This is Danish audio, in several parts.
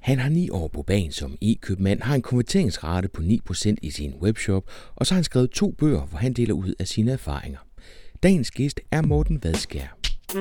Han har 9 år på bagen som e-købmand, har en konverteringsrate på 9% i sin webshop, og så har han skrevet 2 bøger, hvor han deler ud af sine erfaringer. Dagens gæst er Morten Vadskjær.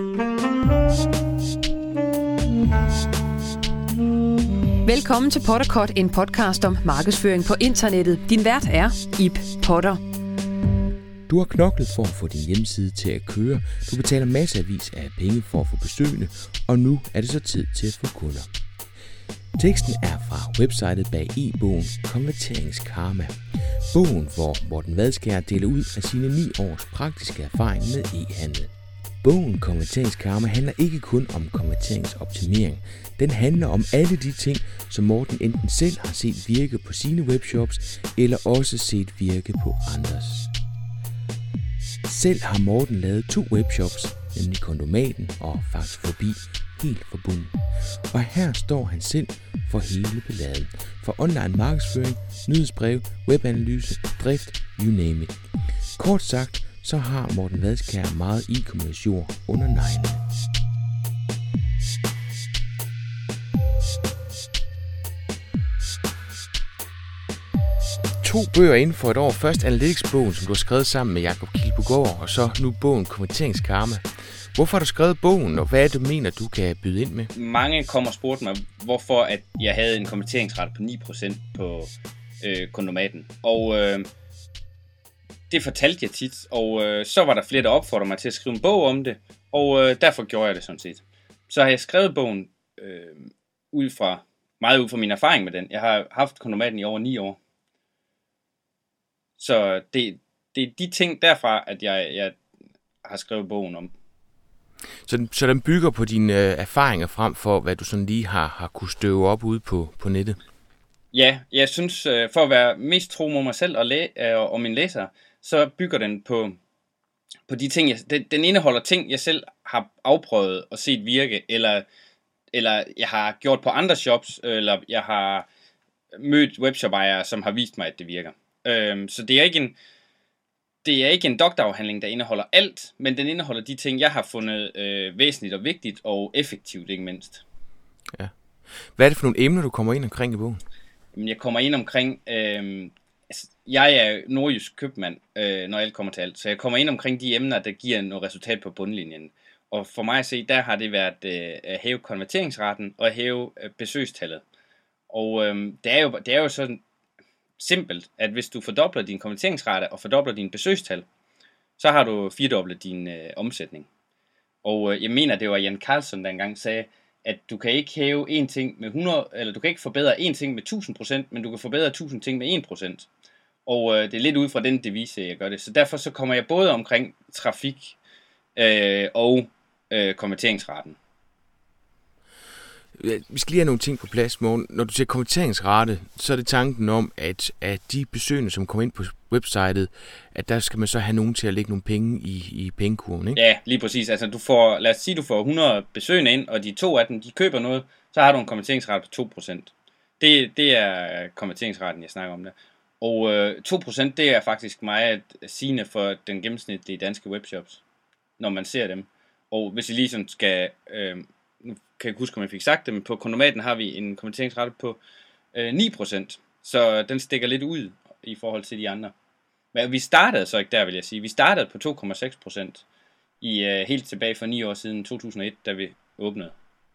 Velkommen til Potterkort, en podcast om markedsføring på internettet. Din vært er Ib Potter. Du har knoklet for at få din hjemmeside til at køre, du betaler masservis af penge for at få besøgende, og nu er det så tid til at få kunder. Teksten er fra websitet bag e-bogen Konverteringskarma. Bogen, hvor Morten Vadskjær deler ud af sine 9 års praktiske erfaring med e-handel. Bogen Konverteringskarma handler ikke kun om konverteringsoptimering. Den handler om alle de ting, som Morten enten selv har set virke på sine webshops, eller også set virke på andres. Selv har Morten lavet 2 webshops, nemlig Kondomaten og Fax Forbi, helt forbundet. Og her står han selv for hele balladen. For online markedsføring, nyhedsbrev, webanalyse, drift, you name it. Kort sagt, så har Morten Vadskjær meget e-commerce jord under neglene. To bøger inden for et år. Først Analytics-bogen, som du har skrevet sammen med Jakob Kilbugård, og så nu bogen Konverteringskarma. Hvorfor har du skrevet bogen, og hvad er det, du mener, du kan byde ind med? Mange kommer og spurgte mig, hvorfor at jeg havde en konverteringsrate på 9% på Kondomaten. Og det fortalte jeg tit, og så var der flere, der opfordrede mig til at skrive en bog om det, og derfor gjorde jeg det sådan set. Så har jeg skrevet bogen ud fra min erfaring med den. Jeg har haft Kondomaten i over 9 år. Så det er de ting derfra, at jeg har skrevet bogen om. Så den bygger på dine erfaringer frem for, hvad du sådan lige har kunne støve op ude på nettet? Ja, jeg synes, for at være mest tro mod mig selv og mine læsere, så bygger den på de ting, den indeholder ting, jeg selv har afprøvet og set virke, eller jeg har gjort på andre shops, eller jeg har mødt webshop-ejere, som har vist mig, at det virker. Så det er ikke en doktorafhandling, der indeholder alt, men den indeholder de ting, jeg har fundet væsentligt og vigtigt og effektivt, ikke mindst. Ja. Hvad er det for nogle emner, du kommer ind omkring i bogen? Jeg kommer ind omkring, jeg er nordjysk købmand, når alt kommer til alt, så jeg kommer ind omkring de emner, der giver noget resultat på bundlinjen. Og for mig at se, der har det været at hæve konverteringsraten og at hæve besøgstallet. Og det er jo sådan simpelt, at hvis du fordobler din konverteringsrate og fordobler din besøgstal, så har du firedoblet din omsætning. Og jeg mener, det var Jan Carlson, der engang sagde, at du kan ikke hæve en ting med 100, eller du kan ikke forbedre en ting med 1000%, men du kan forbedre 1000 ting med 1%. Og det er lidt ud fra den devise, jeg gør det. Så derfor så kommer jeg både omkring trafik og konverteringsraten. Vi skal lige have nogle ting på plads, Morten. Når du siger konverteringsrate, så er det tanken om, at de besøgende, som kommer ind på websitet, at der skal man så have nogen til at lægge nogle penge i pengekurven, ikke? Ja, lige præcis. Altså lad os sige, du får 100 besøgende ind, og de 2 af dem, de køber noget, så har du en konverteringsrate på 2%. Det er konverteringsraten, jeg snakker om der. Og 2%, det er faktisk meget sigende for den gennemsnitlige danske webshops, når man ser dem. Og hvis jeg lige sådan skal... nu kan jeg ikke huske, om jeg fik sagt det, men på Kondomaten har vi en konverteringsrate på 9%, så den stikker lidt ud i forhold til de andre. Men vi startede så ikke der, vil jeg sige. Vi startede på 2,6% helt tilbage for 9 år siden, 2001, da vi åbnede.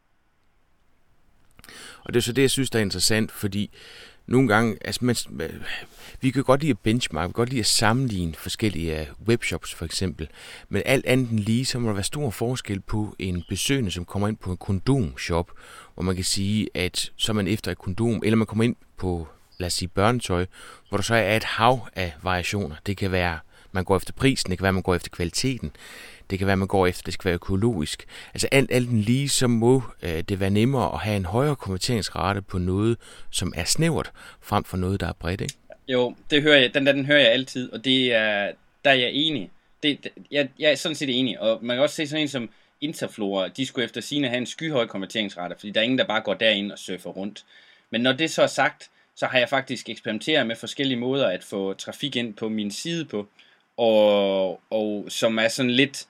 Og det er så det, jeg synes, der er interessant, fordi nogle gange, altså vi kan godt lide at benchmark, vi kan godt lide at sammenligne forskellige webshops for eksempel, men alt andet end lige, så må der være stor forskel på en besøgende, som kommer ind på en kondomshop, hvor man kan sige, at så er man efter et kondom, eller man kommer ind på, lad os sige, børnetøj, hvor der så er et hav af variationer. Det kan være, man går efter prisen, det kan være, man går efter kvaliteten, det kan være, man går efter, det skal være økologisk. Altså alt end lige, så må det være nemmere at have en højere konverteringsrate på noget, som er snævert, frem for noget, der er bredt, ikke? Jo, det hører jeg, den hører jeg altid, og der er jeg enig. Jeg er sådan set enig, og man kan også se sådan en som Interflora, de skulle efter sigende have en skyhøj konverteringsrate, fordi der er ingen, der bare går derind og surfer rundt. Men når det så er sagt, så har jeg faktisk eksperimenteret med forskellige måder at få trafik ind på min side på, og som er sådan lidt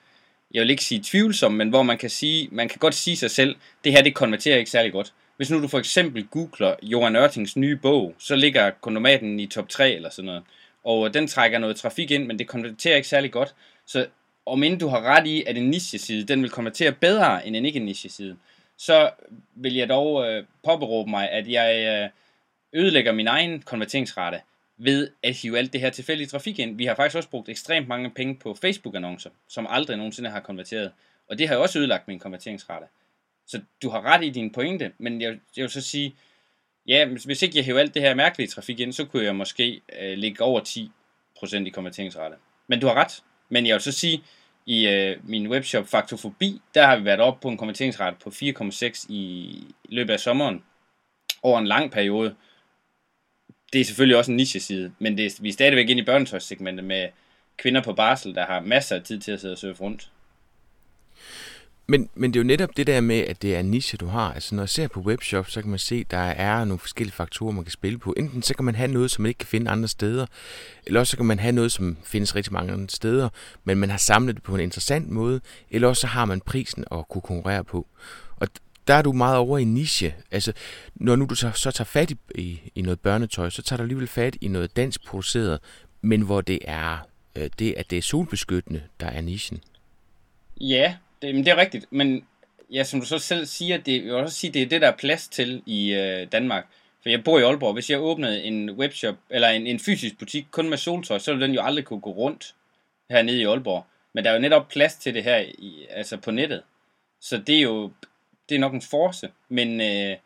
jeg vil ikke sige tvivlsom, men hvor man kan godt sige sig selv, det her, det konverterer ikke særlig godt. Hvis nu du for eksempel googler Johan Ørtings nye bog, så ligger Kondomaten i top 3 eller sådan noget. Og den trækker noget trafik ind, men det konverterer ikke særlig godt. Så om inden du har ret i, at en niche-side, den vil konvertere bedre end en ikke-niche-side, så vil jeg dog påberåbe mig, at jeg ødelægger min egen konverteringsrate ved at hive alt det her tilfældige trafik ind. Vi har faktisk også brugt ekstremt mange penge på Facebook-annoncer, som aldrig nogensinde har konverteret. Og det har jo også ødelagt min konverteringsrate. Så du har ret i din pointe, men jeg vil så sige, ja, hvis ikke jeg hæver alt det her mærkelige trafik ind, så kunne jeg måske ligge over 10% i konverteringsrate. Men du har ret. Men jeg vil så sige, i min webshop Faktofobi, der har vi været oppe på en konverteringsrate på 4,6 i løbet af sommeren, over en lang periode. Det er selvfølgelig også en niche-side, men vi er stadigvæk inde i børnetøjssegmentet med kvinder på barsel, der har masser af tid til at sidde og surfe rundt. Men det er jo netop det der med, at det er en niche, du har. Altså når jeg ser på webshop, så kan man se, at der er nogle forskellige faktorer, man kan spille på. Enten så kan man have noget, som man ikke kan finde andre steder, eller også så kan man have noget, som findes rigtig mange andre steder, men man har samlet det på en interessant måde, eller også så har man prisen at kunne konkurrere på. Og der er du meget over i niche. Altså, når nu du så tager fat i noget børnetøj, så tager du alligevel fat i noget dansk produceret, men hvor det er det er solbeskyttende, der er nichen. Ja, det er rigtigt, men ja, som du så selv siger, jeg vil også sige, det er det, der er plads til i Danmark. For jeg bor i Aalborg. Hvis jeg åbnede en webshop, eller en fysisk butik kun med soltøj, så ville den jo aldrig kunne gå rundt hernede i Aalborg. Men der er jo netop plads til det her, altså på nettet. Så det er nok en force, men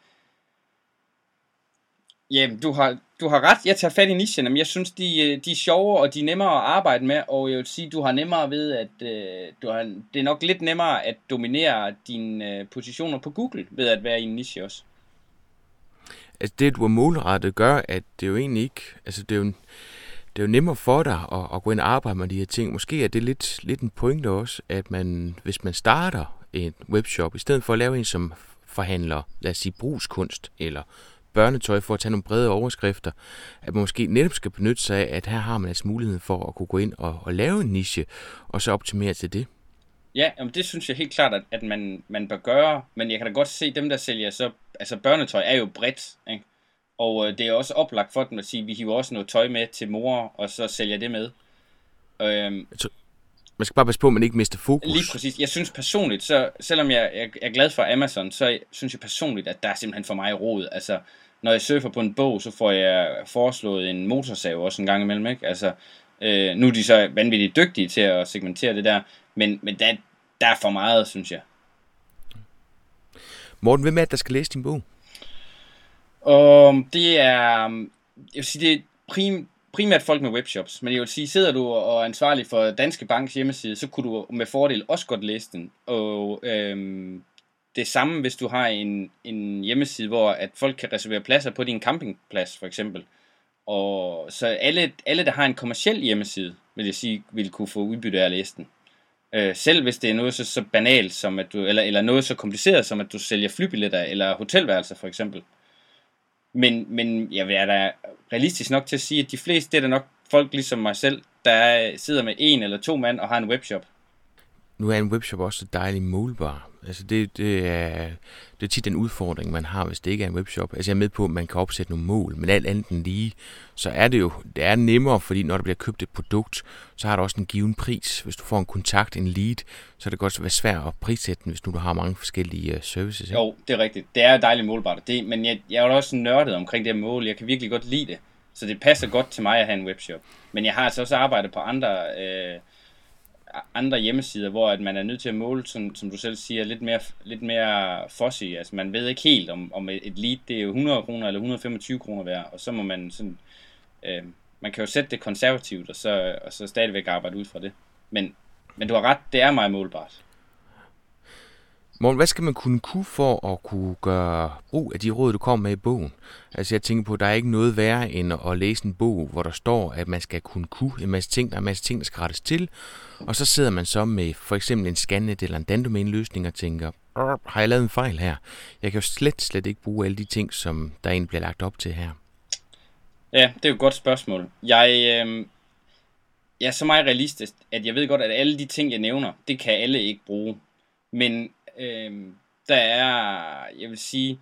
ja, du har ret. Jeg tager fat i nichen, men jeg synes, de er sjovere, og de er nemmere at arbejde med, og jeg vil sige, du har nemmere ved, at det er nok lidt nemmere at dominere dine positioner på Google, ved at være i en niche også. Altså det, du er målrettet, gør, at det jo egentlig ikke, altså det er jo nemmere for dig at gå ind og arbejde med de her ting. Måske er det lidt en pointe også, at hvis man starter en webshop, i stedet for at lave en, som forhandler, lad os sige, brugskunst eller børnetøj, for at tage nogle brede overskrifter, at man måske netop skal benytte sig af, at her har man altså muligheden for at kunne gå ind og lave en niche, og så optimere til det. Ja, det synes jeg helt klart, at man bør gøre, men jeg kan da godt se dem, der sælger så, altså børnetøj er jo bredt, ikke? Og det er også oplagt for dem at sige, at vi hiver også noget tøj med til mor, og så sælger det med. Man skal bare passe på, at man ikke mister fokus. Lige præcis. Jeg synes personligt, så selvom jeg er glad for Amazon, så synes jeg personligt, at der er simpelthen for mig råd. Altså, når jeg surfer på en bog, så får jeg foreslået en motorsav også en gang imellem, ikke? Altså, nu er de så vanvittigt dygtige til at segmentere det der, men der er for meget, synes jeg. Morten, hvem er det, der skal læse din bog? Det er, jeg vil sige, det er primært folk med webshops, men jeg vil sige, sidder du og er ansvarlig for Danske Banks hjemmeside, så kunne du med fordel også godt læse den. Og det samme, hvis du har en hjemmeside, hvor at folk kan reservere pladser på din campingplads, for eksempel. Og så alle der har en kommerciel hjemmeside, vil jeg sige, vil kunne få udbytte af at læse den. Selv hvis det er noget så banalt som at du, eller noget så kompliceret som at du sælger flybilletter eller hotelværelser, for eksempel. Men jeg vil da realistisk nok til at sige, at de fleste, det er der nok folk ligesom mig selv, der sidder med 1 eller 2 mand og har en webshop. Nu er en webshop også så dejligt målbar. Altså det er tit den udfordring, man har, hvis det ikke er en webshop. Altså jeg er med på, at man kan opsætte nogle mål, men alt andet end lige, så er det er nemmere, fordi når der bliver købt et produkt, så har du også en given pris. Hvis du får en kontakt, en lead, så er det godt være svært at prissætte den, hvis nu du har mange forskellige services. Ikke? Jo, det er rigtigt. Det er dejligt målbart. Men jeg er jo også nørdet omkring det her mål. Jeg kan virkelig godt lide det. Så det passer godt til mig at have en webshop. Men jeg har altså også arbejdet på andre hjemmesider, hvor at man er nødt til at måle, som du selv siger, lidt mere fuzzy. Altså man ved ikke helt, om et lead, det er jo 100 kroner eller 125 kroner værd, og så må man sådan, man kan jo sætte det konservativt, og så stadigvæk arbejde ud fra det. Men du har ret, det er meget målbart. Morten, hvad skal man kunne for at kunne gøre brug af de råd, du kommer med i bogen? Altså jeg tænker på, at der er ikke noget værre end at læse en bog, hvor der står, at man skal kunne en masse ting, der er en masse ting, der skal rettes til, og så sidder man så med for eksempel en Scannet eller en Dandomain-løsning og tænker, har jeg lavet en fejl her? Jeg kan jo slet ikke bruge alle de ting, som der egentlig bliver lagt op til her. Ja, det er jo et godt spørgsmål. jeg er så meget realistisk, at jeg ved godt, at alle de ting, jeg nævner, det kan alle ikke bruge. Men der er, jeg vil sige,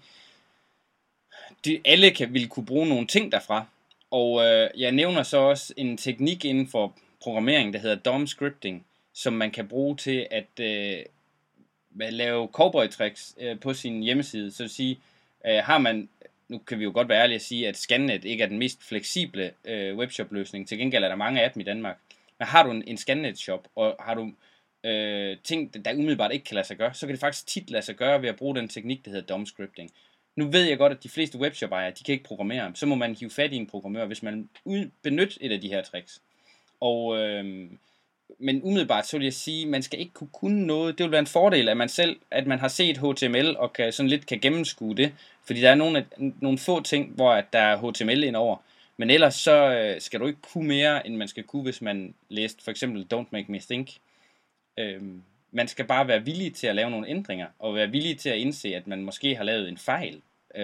alle vil kunne bruge nogle ting derfra. Og jeg nævner så også en teknik inden for programmering, der hedder DOM scripting, som man kan bruge til at lave cowboy-tricks på sin hjemmeside. Så at sige, har man, nu kan vi jo godt være ærlige at sige, at Scannet ikke er den mest fleksible webshop-løsning. Til gengæld er der mange af dem i Danmark. Men har du en Scannet-shop, og har du ting, der umiddelbart ikke kan lade sig gøre, så kan det faktisk tit lade sig gøre ved at bruge den teknik, der hedder DOM scripting. Nu ved jeg godt, at de fleste webshop-ejere, de kan ikke programmere. Så må man hive fat i en programmør, hvis man benytter et af de her tricks. Og men umiddelbart så vil jeg sige, at man skal ikke kunne noget. Det vil være en fordel, at man har set HTML og sådan lidt kan gennemskue det. Fordi der er nogle få ting, hvor der er HTML indover. Men ellers så skal du ikke kunne mere, end man skal kunne, hvis man læste for eksempel Don't Make Me Think. Man skal bare være villig til at lave nogle ændringer, og være villig til at indse, at man måske har lavet en fejl.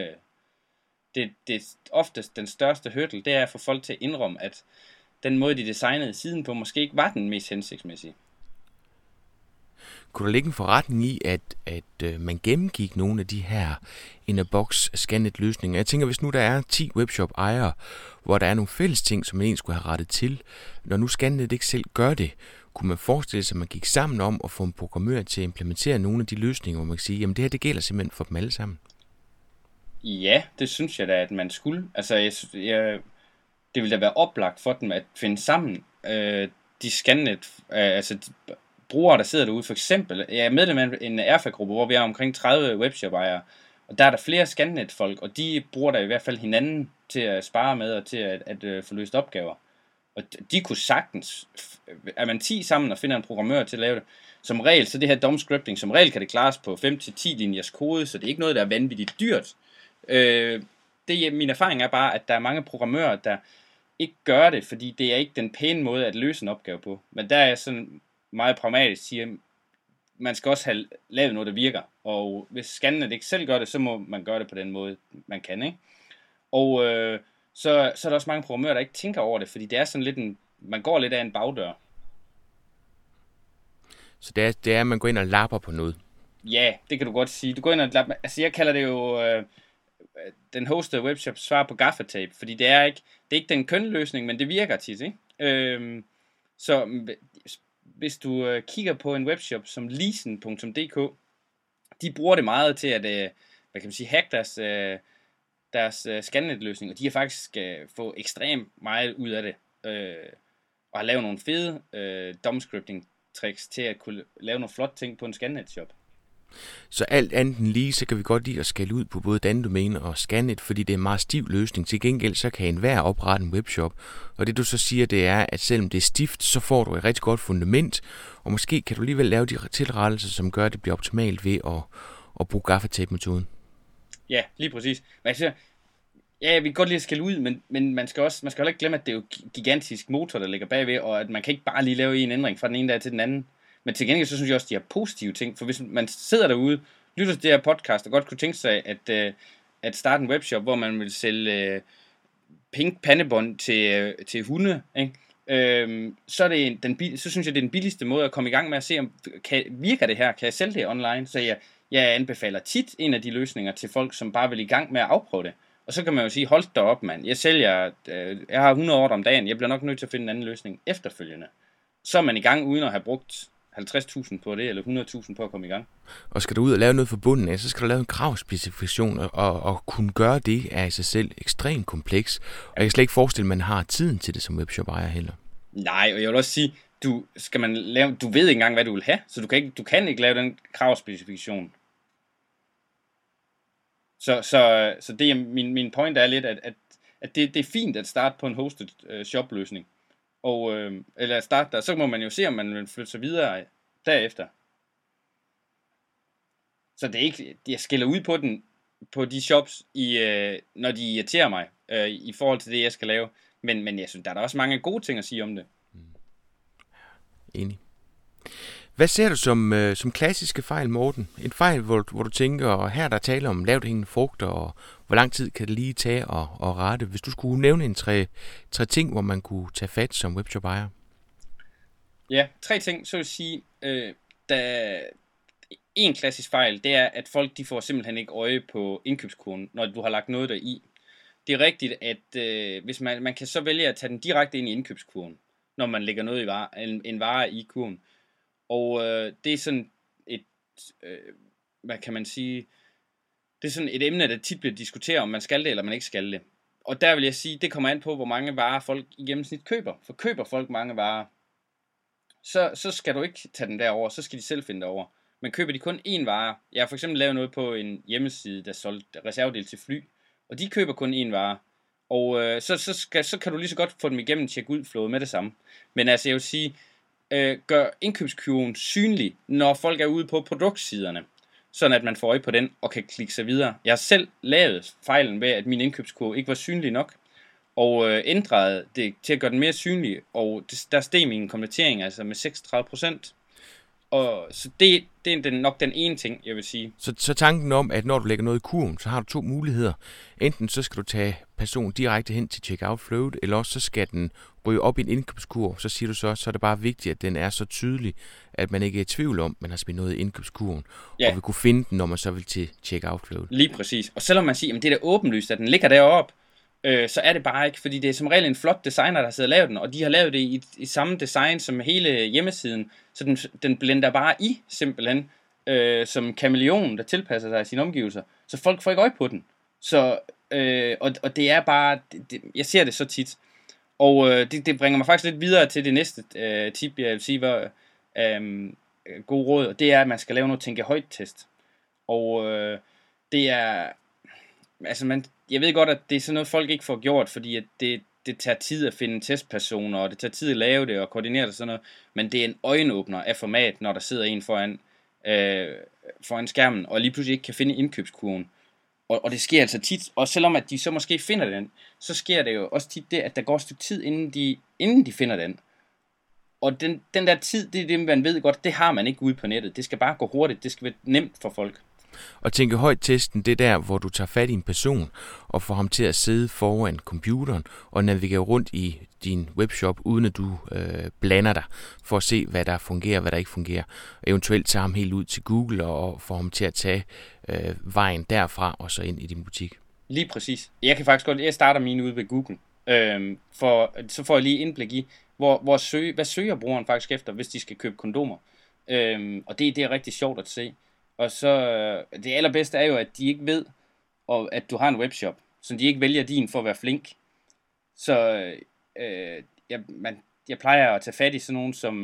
Det oftest den største hurdle, det er at få folk til at indrømme, at den måde, de designede siden på, måske ikke var den mest hensigtsmæssige. Kunne der ligge en forretning i, at man gennemgik nogle af de her in-a-box scannet løsninger? Jeg tænker, hvis nu der er 10 webshop-ejere, hvor der er nogle fælles ting, som man egentlig skulle have rettet til, når nu Scannet ikke selv gør det, kunne man forestille sig, at man gik sammen om at få en programmør til at implementere nogle af de løsninger, hvor man kan sige, jamen det her, det gælder simpelthen for dem alle sammen? Ja, det synes jeg da, at man skulle. Altså, det ville da være oplagt for dem at finde sammen de Scannet, altså de brugere, der sidder derude. For eksempel, jeg er medlem af en Erfa-gruppe, hvor vi er omkring 30 webshop-ejere, og der er der flere Scannet-folk, og de bruger der i hvert fald hinanden til at spare med og til at få løst opgaver. Og de kunne sagtens, er man 10 sammen og finder en programmør til at lave det, som regel, så det her DOM scripting, som regel kan det klares på 5-10 linjers kode, så det er ikke noget, der er vanvittigt dyrt. Min erfaring er bare, at der er mange programmører, der ikke gør det, fordi det er ikke den pæne måde at løse en opgave på. Men der er sådan meget pragmatisk siger, man skal også have lavet noget, der virker. Og hvis Scannet ikke selv gør det, så må man gøre det på den måde, man kan, ikke? Og så er der også mange programmører, der ikke tænker over det, fordi det er sådan lidt man går lidt af en bagdør. Så det er, at man går ind og lapper på noget? Ja, det kan du godt sige. Du går ind og lapper. Altså, jeg kalder det jo den hostede webshop svar på gaffatape, fordi det er ikke den kønne løsning, men det virker tit, ikke? Så hvis du kigger på en webshop som leasen.dk, de bruger det meget til at hvad kan man sige, hacke deres Scannet-løsning, og de har faktisk få ekstremt meget ud af det, og har lavet nogle fede DOM scripting tricks til at kunne lave nogle flotte ting på en Scannet-shop. Så alt andet end lige, så kan vi godt lide at skælde ud på både Dandomæne og Scannet, fordi det er en meget stiv løsning. Til gengæld så kan enhver oprette en webshop, og det du så siger, det er, at selvom det er stift, så får du et rigtig godt fundament, og måske kan du alligevel lave de tilrettelser, som gør, at det bliver optimalt ved at bruge gaffatape-metoden. Ja, lige præcis. Men altså, ja, vi kan godt lide at skælde ud, men man skal heller ikke glemme, at det er jo gigantisk motor, der ligger bagved, og at man kan ikke bare lige lave en ændring fra den ene dag til den anden. Men til gengæld så synes jeg også, at de har positive ting, for hvis man sidder derude, lytter til det her podcast, og godt kunne tænke sig at starte en webshop, hvor man vil sælge pink pandebånd til hunde, ikke? Så synes jeg, det er den billigste måde at komme i gang med at se, om virker det her, kan jeg sælge det online? Så jeg anbefaler tit en af de løsninger til folk, som bare vil i gang med at afprøve det. Og så kan man jo sige, hold da op, mand. Jeg har 100 ordre om dagen, jeg bliver nok nødt til at finde en anden løsning efterfølgende. Så er man i gang uden at have brugt 50.000 på det, eller 100.000 på at komme i gang. Og skal du ud og lave noget for bunden af, så skal du lave en kravspecifikation, og kunne gøre det er i sig selv ekstremt kompleks. Og jeg kan slet ikke forestille, at man har tiden til det som webshop-ejer heller. Nej, og jeg vil også sige, du ved ikke engang, hvad du vil have, så du kan ikke lave den kravspecifikation. Så det er min point er lidt, at det er fint at starte på en hosted shop-løsning. Eller at starte der, så må man jo se, om man vil flytte sig videre derefter. Så det er ikke, jeg skælder ud på de shops, når de irriterer mig, i forhold til det, jeg skal lave. Men jeg synes, der er også mange gode ting at sige om det. Enig. Hvad ser du som klassiske fejl, Morten? En fejl, hvor du tænker, og her der taler om lavthængende frugter, og hvor lang tid kan det lige tage og rette? Hvis du skulle nævne tre ting, hvor man kunne tage fat som webshop-ejer? Ja, 3 ting, så vil jeg sige, der en klassisk fejl, det er, at folk de får simpelthen ikke øje på indkøbskurven, når du har lagt noget der i. Det er rigtigt, at hvis man kan så vælge at tage den direkte ind i indkøbskurven, når man lægger noget i en vare i kurven. Og det er sådan et, hvad kan man sige, det er sådan et emne, der tit bliver diskuteret, om man skal det, eller man ikke skal det. Og der vil jeg sige, det kommer an på, hvor mange varer folk i gennemsnit køber. For køber folk mange varer, så skal du ikke tage den derover, så skal de selv finde derover. Men køber de kun én vare, jeg har for eksempel lavet noget på en hjemmeside, der solgte reservedel til fly, og de køber kun én vare, og så kan du lige så godt få dem igennem check-ud-flowet med det samme. Men altså jeg vil sige, gør indkøbskurven synlig, når folk er ude på produktsiderne, sådan at man får øje på den og kan klikke sig videre. Jeg har selv lavet fejlen ved, at min indkøbskurve ikke var synlig nok, og ændrede det til at gøre den mere synlig, og der steg min konvertering altså med 36%. Og så det er nok den ene ting, jeg vil sige. Så tanken om, at når du lægger noget i kurven, så har du 2 muligheder. Enten så skal du tage personen direkte hen til checkout-flowet, eller også så skal den ryge op i en indkøbskurv. Så siger du så er det bare vigtigt, at den er så tydelig, at man ikke er i tvivl om, at man har smidt noget i indkøbskurven, og vil kunne finde den, når man så vil til checkout-flowet. Lige præcis. Og selvom man siger, at det er da åbenlyst, at den ligger deroppe, så er det bare ikke, fordi det er som regel en flot designer, der har siddet og lavet den, og de har lavet det i samme design som hele hjemmesiden, så den blender bare i, simpelthen, som kameleon, der tilpasser sig sine omgivelser, så folk får ikke øje på den. Så, og det er bare, jeg ser det så tit, og det bringer mig faktisk lidt videre til det næste tip, jeg vil sige, var god råd, og det er, at man skal lave noget tænke højt test, og det er, altså jeg ved godt, at det er sådan noget, folk ikke får gjort, fordi at det tager tid at finde testpersoner, og det tager tid at lave det og koordinere det og sådan noget, men det er en øjenåbner af format, når der sidder en foran skærmen, og lige pludselig ikke kan finde indkøbskurven. Og det sker altså tit, og selvom at de så måske finder den, så sker det jo også tit det, at der går et stykke tid, inden de finder den. Og den der tid, det er det, man ved godt, det har man ikke ude på nettet. Det skal bare gå hurtigt, det skal være nemt for folk. Og tænke højt testen, det er der, hvor du tager fat i en person og får ham til at sidde foran computeren og navigere rundt i din webshop, uden at du blander dig, for at se, hvad der fungerer, hvad der ikke fungerer. Eventuelt tage ham helt ud til Google og få ham til at tage vejen derfra og så ind i din butik. Lige præcis. Jeg starter mine ude ved Google, så får jeg lige indblik i, hvad søger brugeren faktisk efter, hvis de skal købe kondomer. Og det er rigtig sjovt at se. Og så det allerbedste er jo, at de ikke ved, at du har en webshop, så de ikke vælger din for at være flink. Så jeg plejer at tage fat i sådan nogen som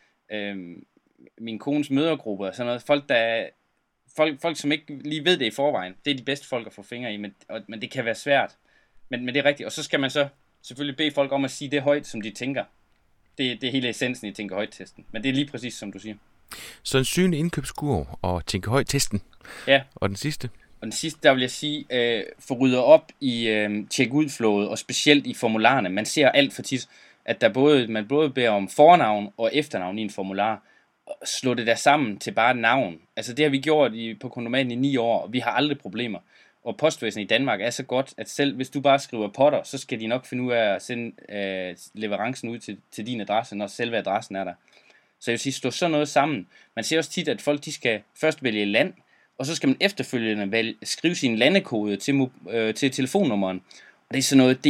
min kones mødergruppe og sådan noget. Folk, som ikke lige ved det i forvejen, det er de bedste folk at få fingre i, men det kan være svært. Men det er rigtigt. Og så skal man så selvfølgelig bede folk om at sige det højt, som de tænker. Det er hele essensen i tænke højt-testen. Men det er lige præcis, som du siger. Så en synlig indkøbskurv og tænke højt testen. Ja. Og den sidste? Og den sidste, der vil jeg sige, få ryddet op i check-ud-flowet, og specielt i formularerne. Man ser alt for tit, at man både beder om fornavn og efternavn i en formular. Slå det der sammen til bare et navn. Altså det har vi gjort på Kondomaten i 9 år, og vi har aldrig problemer. Og postvæsenet i Danmark er så godt, at selv hvis du bare skriver Potter, så skal de nok finde ud af at sende leverancen ud til din adresse, når selve adressen er der. Så jeg vil sige, stå sådan noget sammen. Man ser også tit, at folk de skal først vælge land, og så skal man efterfølgende skrive sin landekode til telefonnummeren. Og det er sådan noget,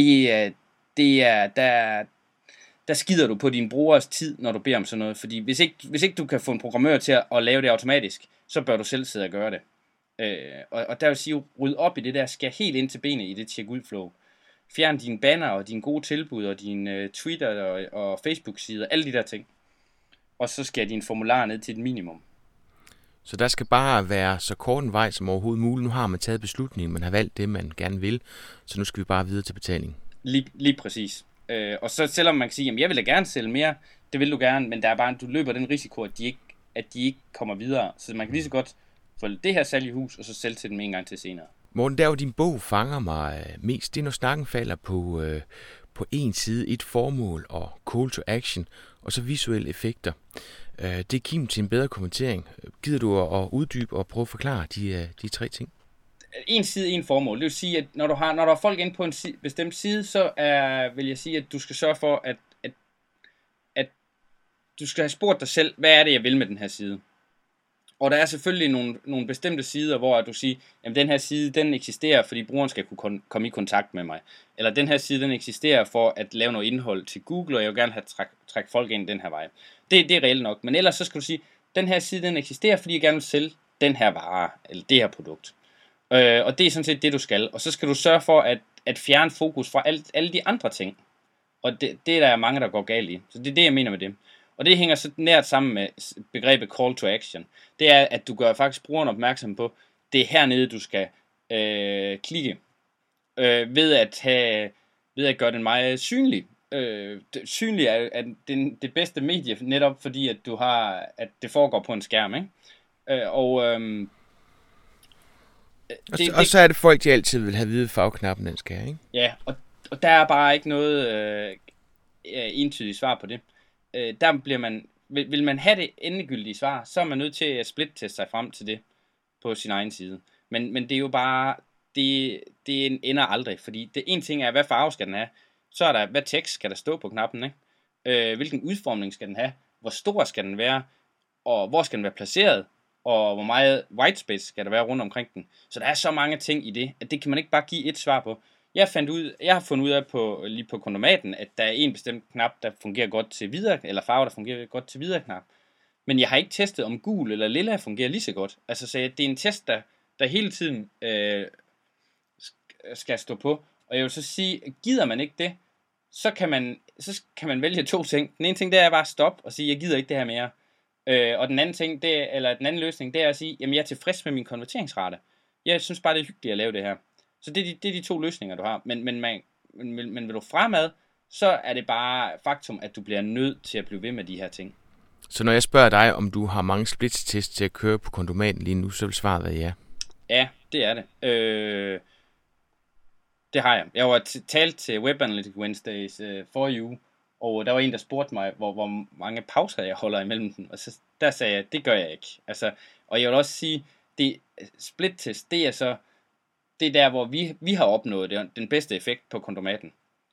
der skider du på din brugers tid, når du beder om sådan noget. Fordi hvis ikke du kan få en programmør til at lave det automatisk, så bør du selv sidde og gøre det. Og der vil sige, ryd op i det der, skal helt ind til benet i det check-ud-flow. Fjern dine banner og dine gode tilbud og dine Twitter og Facebook-sider, alle de der ting. Og så skal din formular ned til et minimum. Så der skal bare være så kort en vej som overhovedet muligt. Nu har man taget beslutningen, man har valgt det, man gerne vil. Så nu skal vi bare videre til betaling. Lige præcis. Og så selvom man kan sige, at jeg vil da gerne sælge mere, det vil du gerne, men der er bare, du løber den risiko, at de ikke kommer videre. Så man kan lige så godt få det her salg i hus, og så sælge til dem en gang til senere. Morten, der hvor din bog fanger mig mest, det er når snakken falder på en side, et formål og call to action, og så visuelle effekter. Det er kim til en bedre kommentering. Gider du at uddybe og prøve at forklare de 3 ting? En side, en formål. Det vil sige, at når der er folk inde på en bestemt side, så vil jeg sige, at du skal sørge for, at du skal have spurgt dig selv, hvad er det, jeg vil med den her side? Og der er selvfølgelig nogle bestemte sider, hvor du siger, jamen den her side, den eksisterer, fordi brugeren skal kunne komme i kontakt med mig. Eller den her side, den eksisterer for at lave noget indhold til Google, og jeg vil gerne have trække folk ind den her vej. Det er reelt nok. Men ellers så skal du sige, den her side, den eksisterer, fordi jeg gerne vil sælge den her vare, eller det her produkt. Og det er sådan set det, du skal. Og så skal du sørge for at fjerne fokus fra alle de andre ting. Og det er der mange, der går galt i. Så det er det, jeg mener med det. Og det hænger så nært sammen med begrebet call to action. Det er, at du gør faktisk brugeren opmærksom på, det er hernede, du skal klikke. Ved at gøre den meget synlig. Synlig er det bedste medie, netop fordi, at det foregår på en skærm. Ikke? Og så er det folk, de altid vil have vide farveknappen, den skal, ikke? Ja, og der er bare ikke noget entydigt svar på det. Der bliver vil man have det endegyldige svar, så er man nødt til at splitteste sig frem til det på sin egen side. Men det er jo bare, det ender aldrig, fordi det en ting er, hvad farve skal den have, så er der, hvad tekst skal der stå på knappen, ikke? Hvilken udformning skal den have, hvor stor skal den være, og hvor skal den være placeret, og hvor meget whitespace skal der være rundt omkring den. Så der er så mange ting i det, at det kan man ikke bare give et svar på. Jeg har fundet ud af lige på kondomaten, at der er en bestemt knap, der fungerer godt til videre, eller farve, der fungerer godt til videre knap. Men jeg har ikke testet, om gul eller lilla fungerer lige så godt. Altså, så det er en test, der hele tiden skal stå på. Og jeg vil så sige, gider man ikke det, så kan man vælge to ting. Den ene ting, det er bare at stoppe og sige, jeg gider ikke det her mere. Og den anden ting, den anden løsning, det er at sige, jamen jeg er tilfreds med min konverteringsrate. Jeg synes bare, det er hyggeligt at lave det her. Så det er de to løsninger, du har. Men vil du fremad, så er det bare faktum, at du bliver nødt til at blive ved med de her ting. Så når jeg spørger dig, om du har mange splitstests til at køre på kondomaten lige nu, så vil svaret være ja. Ja, det er det. Det har jeg. Jeg var talt til Web Analytics Wednesdays forrige uge, og der var en, der spurgte mig, hvor mange pauser jeg holder imellem dem. Og så der sagde jeg, det gør jeg ikke. Altså, og jeg vil også sige, det splittest, det er så det er der, hvor vi har opnået den bedste effekt på kondomaten.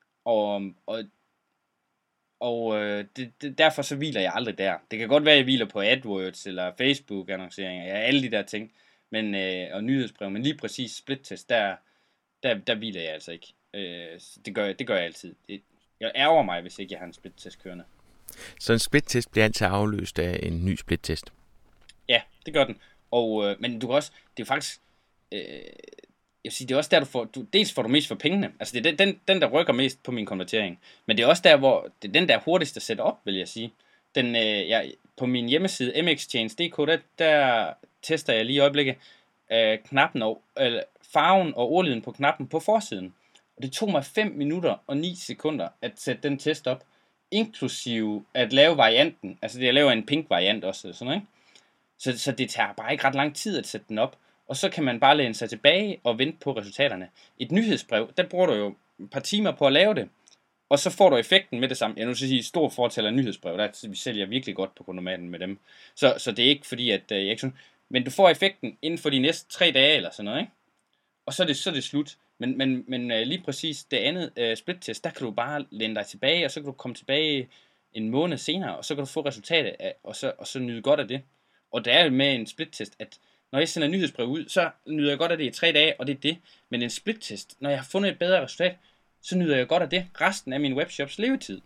Derfor så hviler jeg aldrig der. Det kan godt være, at jeg hviler på AdWords eller Facebook-annonceringer, alle de der ting, og nyhedsbrev, men lige præcis splittest, der hviler jeg altså ikke. Det gør jeg altid. Jeg ærger mig, hvis ikke jeg har en splittest kørende. Så en splittest bliver altid afløst af en ny splittest? Ja, det gør den. Men du kan også, det er faktisk... jeg vil sige, det er også der, dels får du mest for pengene. Altså, det er den der rykker mest på min konvertering. Men det er også der, hvor det er den der hurtigste at sætte op, vil jeg sige. På min hjemmeside, mxchange.dk, der tester jeg lige i øjeblikket knappen farven og ordlyden på knappen på forsiden. Og det tog mig 5 minutter og 9 sekunder at sætte den test op, inklusive at lave varianten. Altså, jeg laver en pink variant også, sådan noget, ikke? Så det tager bare ikke ret lang tid at sætte den op. Og så kan man bare læne sig tilbage og vente på resultaterne. Et nyhedsbrev, der bruger du jo et par timer på at lave det. Og så får du effekten med det samme. Jeg nu skal sige, stor fortæller nyhedsbrev, der vi sælger virkelig godt på kondomaten med dem. Så det er ikke fordi, at jeg ikke synes... Men du får effekten inden for de næste 3 dage eller sådan noget, ikke? Og så er det slut. Men lige præcis det andet splittest, der kan du bare læne dig tilbage, og så kan du komme tilbage en måned senere, og så kan du få resultatet af, og så nyde godt af det. Og det er jo med en splittest, at når jeg sender nyhedsbrev ud, så nyder jeg godt af det i 3 dage, og det er det. Men en splittest, når jeg har fundet et bedre resultat, så nyder jeg godt af det resten af min webshops levetid.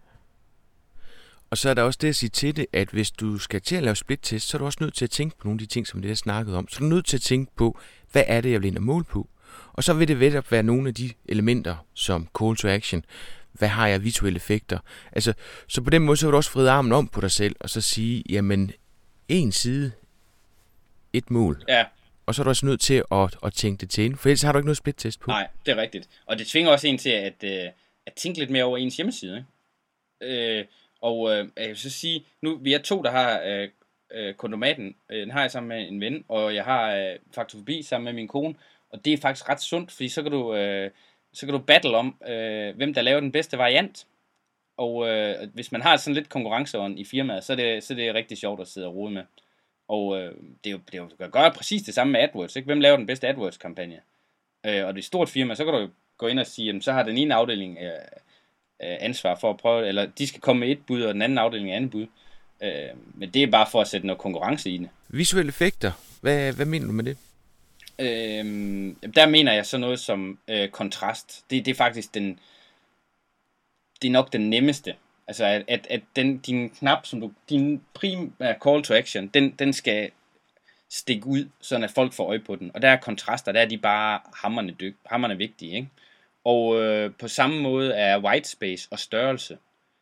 Og så er der også det at sige til det, at hvis du skal til at lave splittest, så er du også nødt til at tænke på nogle af de ting, som det har snakket om. Så er du nødt til at tænke på, hvad er det, jeg vil ind og måle på? Og så vil det netop være nogle af de elementer, som call to action. Hvad har jeg visuelle effekter? Altså, så på den måde, så vil du også vride armen om på dig selv, og så sige, jamen, en side, et mål. Ja. Og så er du også nødt til at tænke det til, for ellers har du ikke noget splittest på. Nej, det er rigtigt. Og det tvinger også en til at tænke lidt mere over ens hjemmeside, ikke? Jeg vil så sige, nu vi er 2, der har kondomaten. Den har jeg sammen med en ven, og jeg har Faktofobi sammen med min kone. Og det er faktisk ret sundt, fordi så kan du battle om, hvem der laver den bedste variant. Og hvis man har sådan lidt konkurrenceånd i firmaet, så er det rigtig sjovt at sidde og rode med. Og det kan gøre præcis det samme med AdWords, ikke? Hvem laver den bedste AdWords-kampagne? Og det er et stort firma, så kan du jo gå ind og sige, jamen, så har den ene afdeling ansvar for at prøve, eller de skal komme med et bud, og den anden afdeling andet bud. Men det er bare for at sætte noget konkurrence i det. Visuelle effekter, hvad mener du med det? Der mener jeg så noget som kontrast. Det er faktisk det er nok den nemmeste. Altså at din knap, din primære call to action, den skal stikke ud, sådan at folk får øje på den. Og der er kontraster, der er de bare hamrende vigtige, ikke? Og på samme måde er white space og størrelse.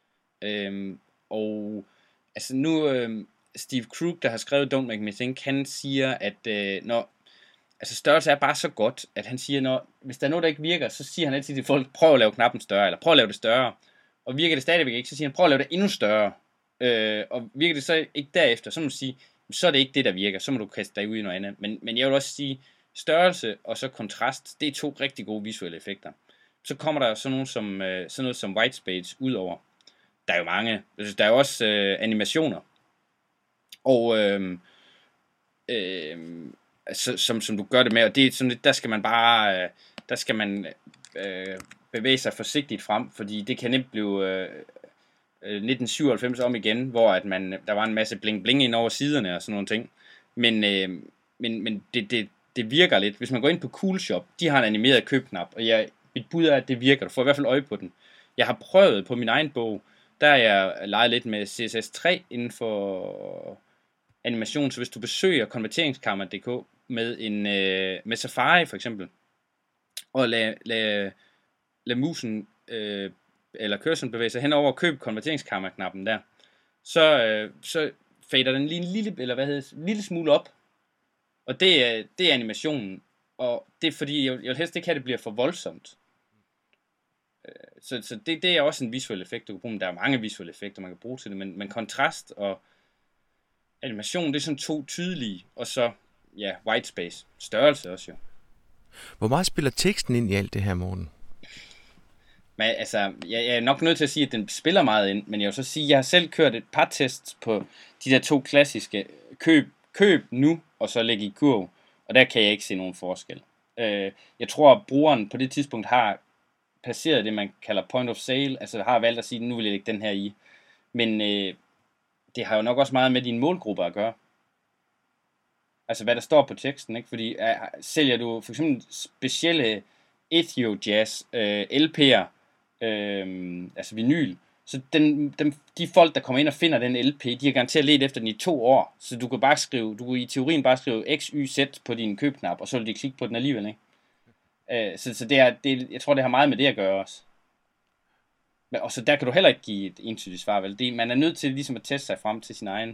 Og altså nu Steve Krug, der har skrevet Don't Make Me Think, han siger, at altså størrelse er bare så godt, at han siger, hvis der er noget, der ikke virker, så siger han altid til folk, prøv at lave knappen større, eller prøv at lave det større. Og virker det stadigvæk ikke, så siger han, prøv at lave det endnu større. Og virker det så ikke derefter, så må du sige, så er det ikke det, der virker, så må du kaste dig ud i noget andet. Men jeg vil også sige, størrelse og så kontrast, det er 2 rigtig gode visuelle effekter. Så kommer der sådan noget som white space ud over. Der er jo mange, der er jo også animationer. Og som du gør det med, og det er sådan lidt, der skal man bevæge sig forsigtigt frem, fordi det kan nemt blive 1997 om igen, hvor at der var en masse bling bling ind over siderne og sådan nogle ting. Men det virker lidt. Hvis man går ind på Coolshop, de har en animeret købknap, og mit bud er, at det virker. Du får i hvert fald øje på den. Jeg har prøvet på min egen bog, der er jeg leget lidt med CSS3 inden for animation, så hvis du besøger konverteringskammer.dk med Safari for eksempel, og lad musen eller cursoren bevæge sig hen over og køb konverteringskammer-knappen der, så fader den lige en lille smule op, og det er animationen, og det er fordi, jeg vil helst ikke have, det bliver for voldsomt. Så det er også en visuel effekt, du kan bruge, men der er mange visuelle effekter, man kan bruge til det, men kontrast og animation, det er sådan 2 tydelige, og så, ja, white space, størrelse også jo. Hvor meget spiller teksten ind i alt det her, Morten? Men altså, jeg er nok nødt til at sige, at den spiller meget ind, men jeg vil så sige, at jeg har selv kørt et par tests på de der 2 klassiske, køb nu, og så læg i kurv, og der kan jeg ikke se nogen forskel. Jeg tror, at brugeren på det tidspunkt har passeret det, man kalder point of sale, altså har valgt at sige, nu vil jeg lægge den her i. Men det har jo nok også meget med dine målgrupper at gøre. Altså hvad der står på teksten, ikke? Fordi sælger du for eksempel specielle Ethio Jazz LP'er, altså vinyl, så de folk, der kommer ind og finder den LP, de har garanteret let efter den i 2 år, så du kan i teorien bare skrive X, Y, Z på din købknap, og så vil de klikke på den alligevel, ikke? Så jeg tror, det har meget med det at gøre også. Og så der kan du heller ikke give et entydigt svar, vel? Man er nødt til ligesom at teste sig frem til sin egen.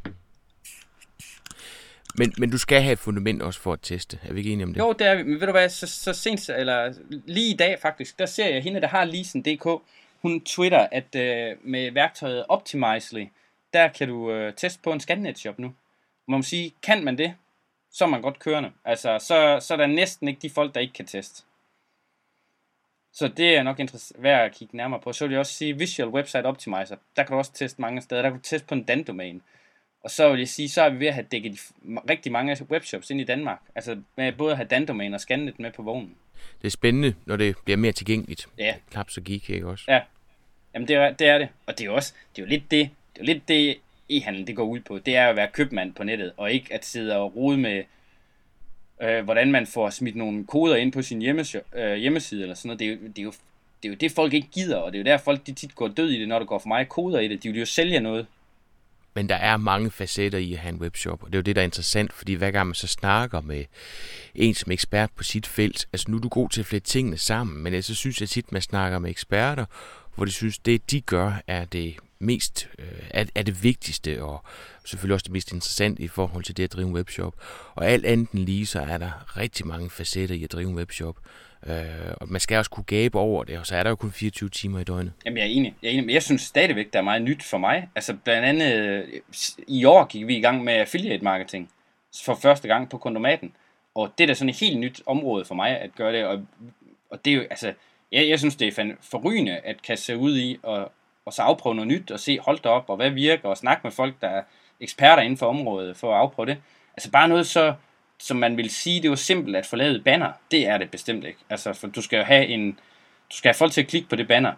Men du skal have et fundament også for at teste. Er vi ikke enige om det? Jo, det er vi. Men ved du hvad, så sent, eller lige i dag faktisk, der ser jeg hende, der har leasen.dk, hun twitter, at med værktøjet Optimizely, der kan du teste på en ScanNet-shop nu. Man må sige, kan man det, så er man godt kørende. Altså, så er der næsten ikke de folk, der ikke kan teste. Så det er nok værd at kigge nærmere på. Så vil jeg også sige Visual Website Optimizer. Der kan du også teste mange steder. Der kan du teste på en Dan-domæne. Og så vil jeg sige, så er vi ved at have dækket rigtig mange webshops ind i Danmark. Altså med både at have Dan-domæne og ScanNet med på vognen. Det er spændende, når det bliver mere tilgængeligt. Ja. Knap så geek, ikke også? Ja. Jamen det er det. Og det er jo lidt det e-handel det går ud på. Det er at være købmand på nettet, og ikke at sidde og rode med hvordan man får smidt nogle koder ind på sin hjemmeside eller sådan noget. Det er jo det, folk ikke gider, og det er jo der, folk de tit går død i det, når der går for meget koder i det. De vil jo sælge noget. Men der er mange facetter i at have en webshop, og det er jo det, der er interessant, fordi hver gang man så snakker med en som ekspert på sit felt, altså nu er du god til at flette tingene sammen, men så synes jeg tit, man snakker med eksperter, hvor de synes, det de gør, er det mest, er det vigtigste, og selvfølgelig også det mest interessante i forhold til det at drive en webshop. Og alt andet end lige, så er der rigtig mange facetter i at drive en webshop. Og man skal også kunne gabe over det, og så er der jo kun 24 timer i døgnet. Jamen jeg er enig, men jeg synes stadigvæk, der er meget nyt for mig. Altså blandt andet, i år gik vi i gang med affiliate marketing for første gang på Kondomaten. Og det er da sådan et helt nyt område for mig at gøre det, og det er jo, altså, jeg synes det er forrygende at kaste sig ud i, og så afprøve noget nyt, og se, hold da op, og hvad virker, og snakke med folk, der er eksperter inden for området, for at afprøve det. Altså bare noget så, som man vil sige, det var simpelt at få lavet banner. Det er det bestemt ikke. Altså, for du skal have folk til at klikke på det banner,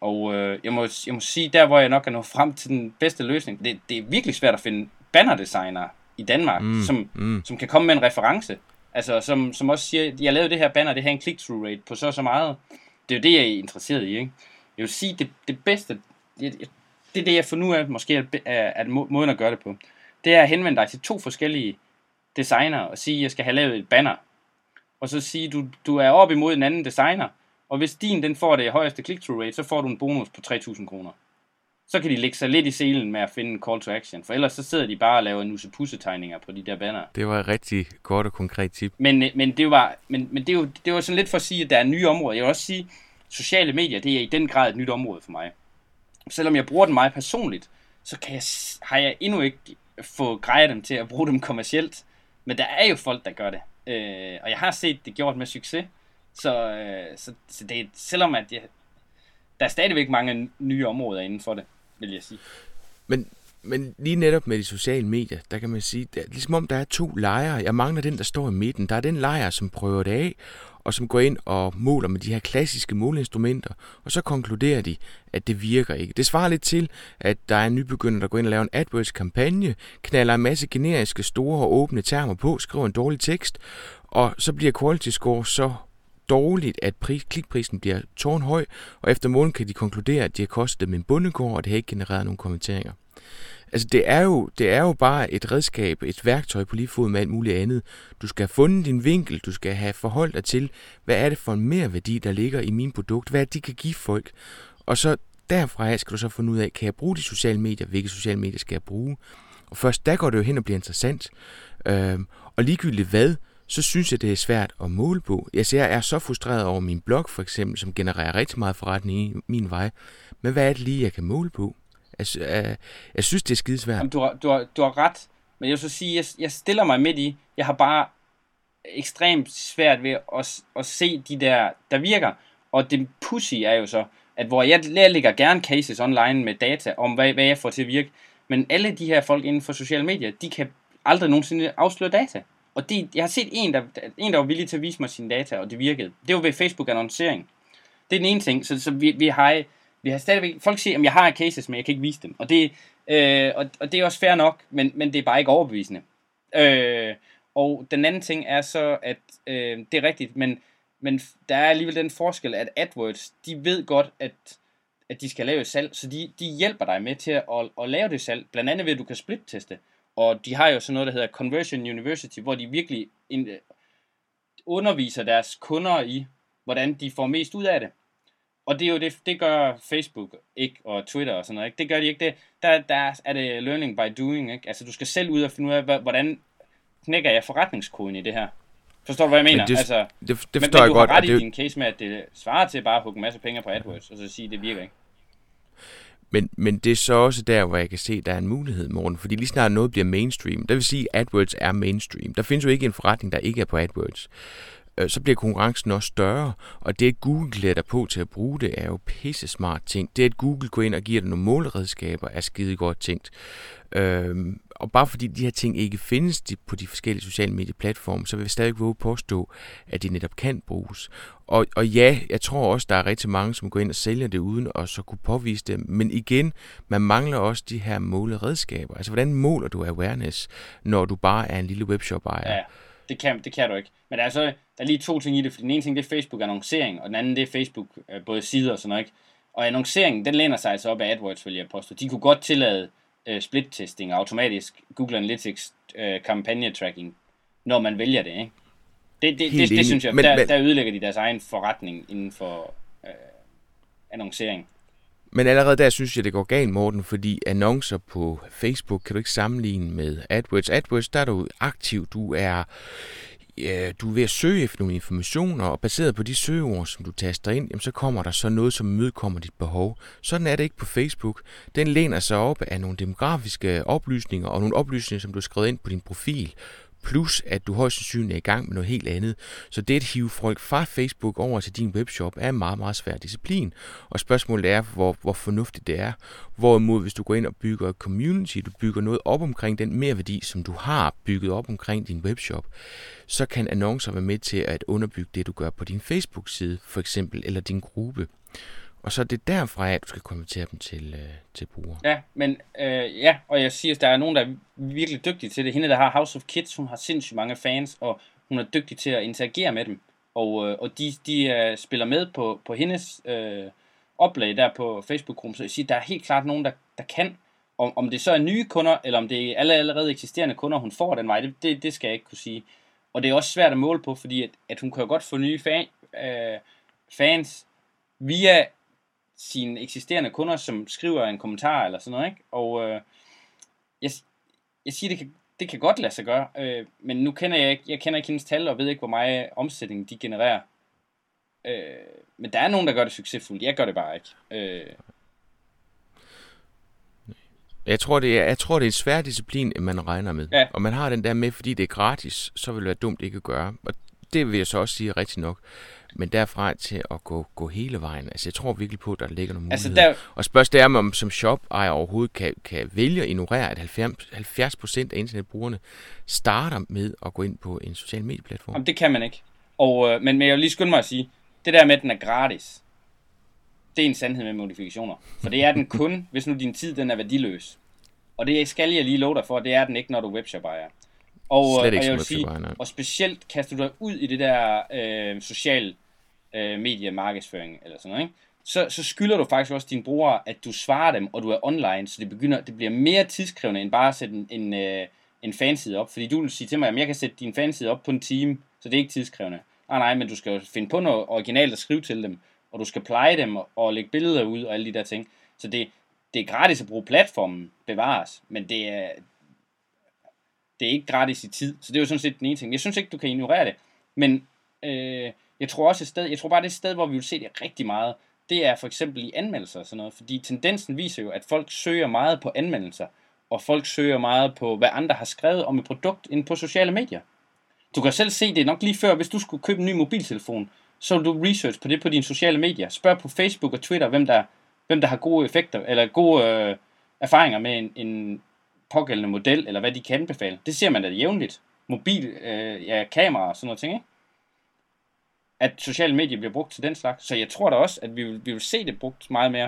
Og jeg må sige, der hvor jeg nok er nået frem til den bedste løsning, det er virkelig svært at finde bannerdesignere i Danmark, som kan komme med en reference. Altså, som også siger, jeg lavede det her banner, det har en click-through rate på så meget. Det er jo det, jeg er interesseret i, ikke? Jeg vil sige, det bedste, det er det, jeg får nu af, måske er måden at gøre det på. Det er at henvende dig til 2 forskellige designer og sige, at jeg skal have lavet et banner. Og så sige, du er op imod en anden designer, og hvis den får det højeste click-through rate, så får du en bonus på 3.000 kroner. Så kan de lægge sig lidt i selen med at finde en call to action, for ellers så sidder de bare og laver nusse-pusse-tegninger på de der banner. Det var et rigtig godt og konkret tip. Men det var sådan lidt for at sige, at der er nye områder. Jeg vil også sige, at sociale medier, det er i den grad et nyt område for mig. Selvom jeg bruger den meget personligt, så har jeg endnu ikke fået grejet dem til at bruge dem kommercielt. Men der er jo folk, der gør det. Og jeg har set det gjort med succes. Så det er, selvom at der er stadigvæk mange nye områder inden for det, vil jeg sige. Men lige netop med de sociale medier, der kan man sige, det er ligesom om der er 2 lejre. Jeg mangler den, der står i midten. Der er den lejr, som prøver det af, og som går ind og måler med de her klassiske måleinstrumenter, og så konkluderer de, at det virker ikke. Det svarer lidt til, at der er en nybegynder, der går ind og laver en AdWords-kampagne, knalder en masse generiske, store og åbne termer på, skriver en dårlig tekst, og så bliver quality score så dårligt, at klikprisen bliver tårnhøj, og efter måneden kan de konkludere, at de har kostet dem en bondegård, og det har ikke genereret nogen kommenteringer. Altså, det er jo bare et redskab, et værktøj på lige fod med alt muligt andet. Du skal have fundet din vinkel, du skal have forholdt dig til, hvad er det for en merværdi, der ligger i min produkt, hvad er det, de kan give folk. Og så derfra skal du så finde ud af, kan jeg bruge de sociale medier, hvilke sociale medier skal jeg bruge. Og først der går det jo hen og bliver interessant. Og ligegyldigt hvad, så synes jeg, det er svært at måle på. Jeg er så frustreret over min blog, for eksempel, som genererer rigtig meget forretning i min vej. Men hvad er det lige, jeg kan måle på? Jeg synes, det er skidesvært. Jamen, du har ret, men jeg vil så sige, jeg stiller mig midt i. Jeg har bare ekstremt svært ved at se de der virker. Og det pussy er jo så, at hvor jeg lægger gerne cases online med data om, hvad jeg får til at virke. Men alle de her folk inden for sociale medier, de kan aldrig nogensinde afsløre data. Og jeg har set en, der var villig til at vise mig sine data, og det virkede. Det var ved Facebook-annoncering. Det er den ene ting. Så vi har stadigvæk, folk siger, at jeg har cases, men jeg kan ikke vise dem. Og det er også fair nok, men det er bare ikke overbevisende. Og den anden ting er så, at det er rigtigt, men der er alligevel den forskel, at AdWords, de ved godt, at de skal lave et salg, så de hjælper dig med til at lave det salg, blandt andet ved, at du kan split-teste. Og de har jo sådan noget, der hedder Conversion University, hvor de virkelig underviser deres kunder i, hvordan de får mest ud af det. Og det er jo det gør Facebook ikke, og Twitter og sådan noget, ikke? Det gør de ikke. Der er det learning by doing, ikke? Altså, du skal selv ud og finde ud af, hvordan knækker jeg forretningskoden i det her. Forstår du, hvad jeg mener? Det forstår jeg godt. Men du godt, har ret i din case med, at det svarer til bare at hugge en masse penge på AdWords, og så sige, at det virker ikke. Men det er så også der, hvor jeg kan se, at der er en mulighed, Morten. Fordi lige snart noget bliver mainstream, der vil sige, at AdWords er mainstream. Der findes jo ikke en forretning, der ikke er på AdWords. Så bliver konkurrencen også større, og det at Google klæder dig på til at bruge det, er jo pisse smart ting. Det at Google går ind og giver dig nogle måleredskaber, er skide godt tænkt. Og bare fordi de her ting ikke findes på de forskellige sociale medieplatforme, så vil jeg stadig våge påstå, at de netop kan bruges. Og ja, jeg tror også, der er rigtig mange, som går ind og sælger det uden at så kunne påvise det. Men igen, man mangler også de her måleredskaber. Altså, hvordan måler du awareness, når du bare er en lille webshop-ejer? Ja, det kan du ikke. Men der er lige 2 ting i det. For den ene ting, det er Facebook-annoncering, og den anden, det er Facebook, både sider og sådan noget, ikke? Og annonceringen, den læner sig altså op af AdWords, vil jeg påstå. De kunne godt tillade split-testing og automatisk Google Analytics kampagne-tracking, når man vælger det, ikke? Det synes jeg, der ødelægger de deres egen forretning inden for annoncering. Men allerede der synes jeg, det går galt, Morten, fordi annoncer på Facebook kan du ikke sammenligne med AdWords. AdWords, der er du aktiv, du er ved at søge efter nogle informationer, og baseret på de søgeord, som du taster ind, jamen, så kommer der så noget, som imødekommer dit behov. Sådan er det ikke på Facebook. Den læner sig op af nogle demografiske oplysninger, og nogle oplysninger, som du har skrevet ind på din profil, plus at du højst sandsynligt er i gang med noget helt andet. Så det at hive folk fra Facebook over til din webshop er en meget, meget svær disciplin. Og spørgsmålet er, hvor fornuftigt det er. Hvorimod, hvis du går ind og bygger et community, du bygger noget op omkring den merværdi, som du har bygget op omkring din webshop, så kan annoncer være med til at underbygge det, du gør på din Facebook-side, for eksempel, eller din gruppe. Og så er det derfra, at du skal konvertere dem til brugere. Ja, men og jeg siger, at der er nogen, der er virkelig dygtige til det. Hende, der har House of Kids, hun har sindssygt mange fans, og hun er dygtig til at interagere med dem. Og de spiller med på hendes oplag der på Facebook-gruppen. Så jeg siger, der er helt klart nogen, der kan. Om det så er nye kunder, eller om det er allerede eksisterende kunder, hun får den vej, det skal jeg ikke kunne sige. Og det er også svært at måle på, fordi at hun kan jo godt få nye fans via sine eksisterende kunder, som skriver en kommentar eller sådan noget, ikke? Og jeg siger, det kan godt lade sig gøre, men nu kender jeg kender ikke hendes tal, og ved ikke, hvor meget omsætning de genererer. Men der er nogen, der gør det succesfuldt. Jeg gør det bare ikke. Jeg tror, det er en svær disciplin, man regner med. Ja. Og man har den der med, fordi det er gratis, så vil det være dumt ikke at gøre. Og det vil jeg så også sige rigtig nok. Men derfra til at gå hele vejen. Altså, jeg tror virkelig på, at der ligger nogle muligheder. Og spørgsmålet er, om som shop-ejer overhovedet kan vælge at ignorere, at 70% af internetbrugerne starter med at gå ind på en social medieplatform. Jamen, det kan man ikke. Men jeg vil lige skynde mig at sige, det der med, at den er gratis, det er en sandhed med modifikationer. For det er den kun, hvis nu din tid den er værdiløs. Og det skal jeg lige love dig for, det er den ikke, når du er webshop-ejer. Og jeg vil sige, og specielt kaster du dig ud i det der social mediemarkedsføring eller sådan noget, ikke? Så skylder du faktisk også dine brugere, at du svarer dem, og du er online, så det bliver mere tidskrævende, end bare at sætte en fanside op. Fordi du vil sige til mig, at jeg kan sætte din fanside op på en time, så det er ikke tidskrævende. Nej, men du skal jo finde på noget originalt at skrive til dem, og du skal pleje dem og lægge billeder ud og alle de der ting. Så det er gratis at bruge platformen, bevares, men det er ikke gratis i tid. Så det er jo sådan set den ene ting. Jeg synes ikke, du kan ignorere det, men jeg tror bare det sted, hvor vi vil se det rigtig meget, det er for eksempel i anmeldelser og sådan noget, fordi tendensen viser jo, at folk søger meget på anmeldelser, og folk søger meget på, hvad andre har skrevet om et produkt inde på sociale medier. Du kan selv se det nok lige før, hvis du skulle købe en ny mobiltelefon, så vil du research på det på dine sociale medier. Spørg på Facebook og Twitter, hvem der har gode effekter, eller gode erfaringer med en pågældende model, eller hvad de kan anbefale. Det ser man da jævnligt. Kamera og sådan noget ting, ikke? At sociale medier bliver brugt til den slags. Så jeg tror da også, at vi vil se det brugt meget mere.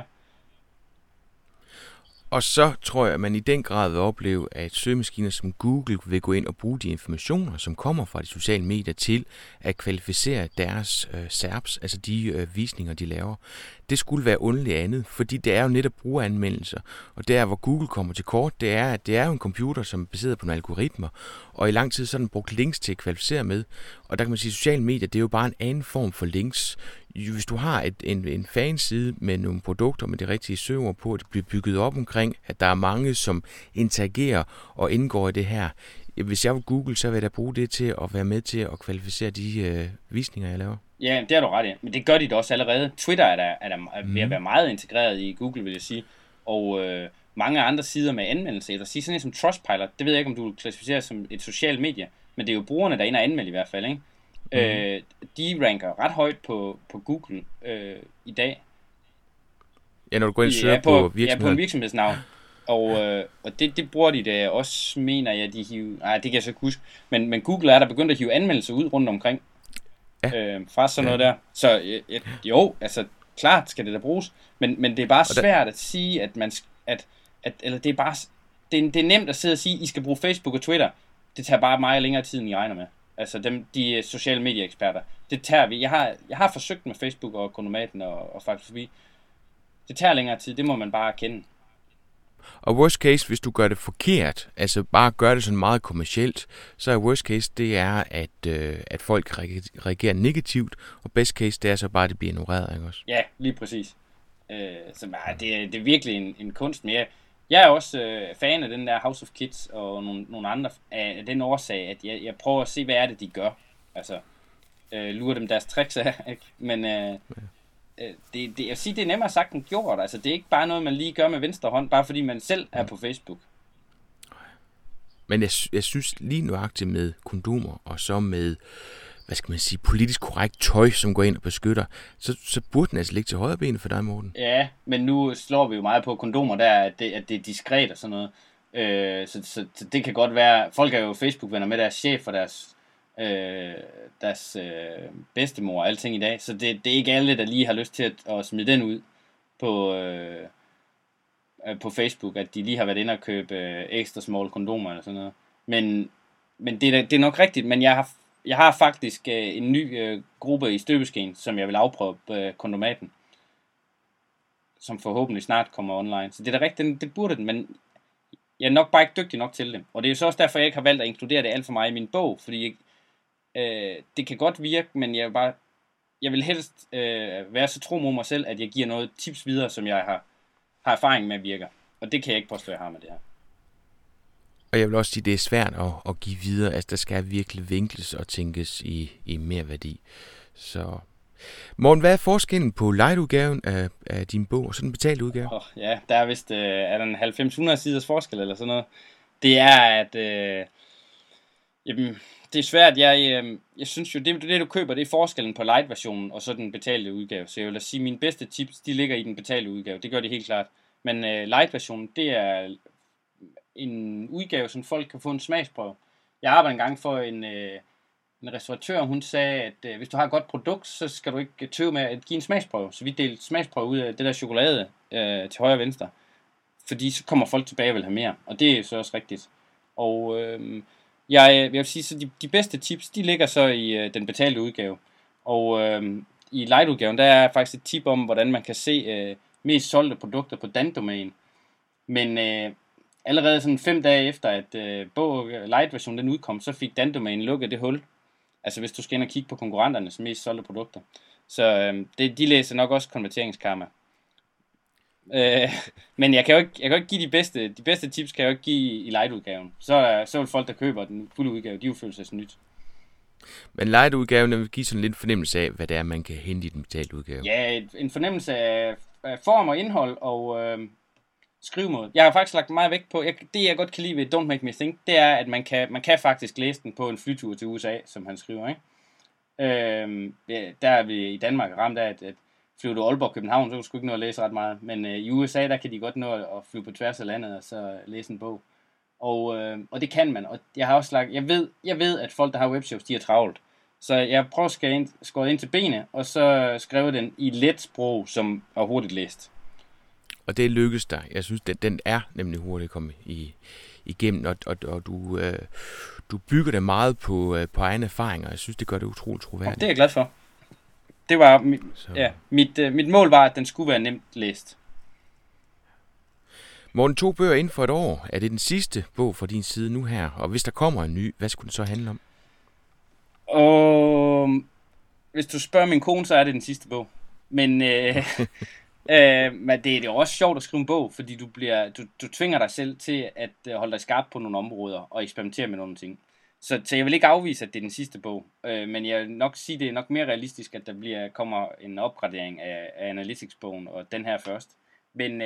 Og så tror jeg, at man i den grad vil opleve, at søgemaskiner som Google vil gå ind og bruge de informationer, som kommer fra de sociale medier, til at kvalificere deres SERPs, altså de visninger, de laver. Det skulle være underligt andet, fordi det er jo netop brugeranmeldelser. Og der, hvor Google kommer til kort, det er, at det er jo en computer, som er baseret på nogle algoritmer, og i lang tid så er den brugt links til at kvalificere med. Og der kan man sige, at sociale medier, det er jo bare en anden form for links. Hvis du har en fanside med nogle produkter med de rigtige søgeord på, det bliver bygget op omkring, at der er mange, som interagerer og indgår i det her. Hvis jeg var Google, så vil jeg da bruge det til at være med til at kvalificere de visninger, jeg laver. Ja, det er du ret i. Men det gør de da også allerede. Twitter er der ved at være meget integreret i Google, vil jeg sige. Og mange andre sider med anmeldelse, eller sige sådan en som Trustpilot, det ved jeg ikke, om du vil klassificere som et socialt medie, men det er jo brugerne, der er inde og anmelde i hvert fald, ikke? De ranker ret højt på Google i dag. Ja, når du går ind og søger på virksomheden. Ja, på en virksomhedsnavn. Og det bruger de da også, mener jeg, de hiver... Nej, det kan jeg så ikke huske. Men Google er der begyndt at hive anmeldelser ud rundt omkring. Ja. Fra sådan noget der. Så jo, altså klart skal det da bruges. Men det er bare svært at sige, at man... eller det er bare... Det er nemt at sidde og sige, I skal bruge Facebook og Twitter. Det tager bare meget længere tid, end I regner med. Altså de sociale medieeksperter. Det tager vi. Jeg har forsøgt med Facebook og Konomaten og faktisk vi. Det tager længere tid, det må man bare erkende. Og worst case, hvis du gør det forkert, altså bare gør det sådan meget kommercielt, så er worst case, det er, at folk reagerer negativt, og best case, det er så bare, at det bliver ignoreret, ikke også? Ja, lige præcis. Så det er virkelig en kunst, men jeg er også fan af den der House of Kids og nogle andre af den årsag, at jeg prøver at se, hvad er det, de gør. Altså, lurer dem deres tricks af, ikke? Men jeg vil sige, det er nemmere sagt end gjort. Altså, det er ikke bare noget, man lige gør med venstre hånd, bare fordi man selv er på Facebook. Men jeg synes lige nøjagtigt med kondomer, og så med, hvad skal man sige, politisk korrekt tøj, som går ind og beskytter, så burde den altså ligge til højre benet for dig, Morten. Ja, men nu slår vi jo meget på kondomer der, at det er diskret og sådan noget. Så det kan godt være, folk er jo Facebook-venner med deres chef og deres bedstemor og alting i dag, så det er ikke alle, der lige har lyst til at smide den ud. på Facebook, at de lige har været inde og købe ekstra small kondomer eller sådan noget. Men det er nok rigtigt, men jeg har faktisk en ny gruppe i støbeskeen, som jeg vil afprøve kondomaten, som forhåbentlig snart kommer online. Så det er da rigtigt, det burde den, men jeg er nok bare ikke dygtig nok til det. Og det er jo så også derfor, jeg ikke har valgt at inkludere det alt for meget i min bog, fordi det kan godt virke, men jeg vil helst være så tro mod mig selv, at jeg giver noget tips videre, som jeg har erfaring med virker. Og det kan jeg ikke påstå, jeg har med det her. Og jeg vil også sige, at det er svært at give videre. Altså, der skal virkelig vinkles og tænkes i mere værdi. Så Morten, hvad er forskellen på light-udgaven af din bog og så den betalte udgave? Ja, der er vist er der en 90-100 siders forskel eller sådan noget. Det er, at det er svært. Jeg synes jo, det du køber, det er forskellen på light-versionen og så den betalte udgave. Så jeg vil sige, mine bedste tips, de ligger i den betalte udgave. Det gør de helt klart. Men light-versionen, det er en udgave, som folk kan få en smagsprøve. Jeg arbejdede engang for en restauratør, hun sagde, at hvis du har et godt produkt, så skal du ikke tøve med at give en smagsprøve. Så vi delte smagsprøve ud af det der chokolade til højre og venstre. Fordi så kommer folk tilbage og vil have mere. Og det er så også rigtigt. Og jeg vil sige, så de bedste tips, de ligger så i den betalte udgave. Og i light-udgaven, der er faktisk et tip om, hvordan man kan se mest solgte produkter på Dan-domænen. Men allerede sådan 5 dage efter, at light-versionen den udkom, så fik Dan-domænen lukket det hul. Altså hvis du skal ind og kigge på konkurrenternes mest solgte produkter. Så de læser nok også konverteringskarma. Men jeg kan jo ikke give de bedste tips, kan jeg jo ikke give i light-udgaven. Så vil folk, der køber den fulde udgave, de vil føle sig nyt. Men light-udgaven vil give sådan lidt fornemmelse af, hvad det er, man kan hente i den betalte udgave. Ja, en fornemmelse af form og indhold og skrivemåde. Jeg har faktisk lagt meget vægt på, det jeg godt kan lide ved Don't Make Me Think, det er, at man kan faktisk læse den på en flytur til USA, som han skriver, ikke? Der er vi i Danmark ramt af, at flyver du Aalborg København, så kan du sgu ikke nå at læse ret meget. Men i USA, der kan de godt nå at flyve på tværs af landet og så læse en bog. Og det kan man. Og jeg har også lagt, jeg ved, at folk, der har webshops, de er travlt. Så jeg prøver at skåre ind til benet, og så skrive den i let sprog, som er hurtigt læst. Og det lykkes dig. Jeg synes, den er nemlig hurtigt at komme igennem, og du bygger det meget på egne erfaringer. Jeg synes, det gør det utroligt troværdigt. Og det er jeg glad for. Det var mit mål var, at den skulle være nemt læst. Morten, 2 bøger inden for et år. Er det den sidste bog fra din side nu her? Og hvis der kommer en ny, hvad skulle den så handle om? Og hvis du spørger min kone, så er det den sidste bog. Men men det er også sjovt at skrive en bog, fordi du tvinger dig selv til at holde dig skarp på nogle områder og eksperimentere med nogle ting. Så jeg vil ikke afvise, at det er den sidste bog, men jeg vil nok sige, at det er nok mere realistisk, at der kommer en opgradering af Analytics-bogen, og den her først. Men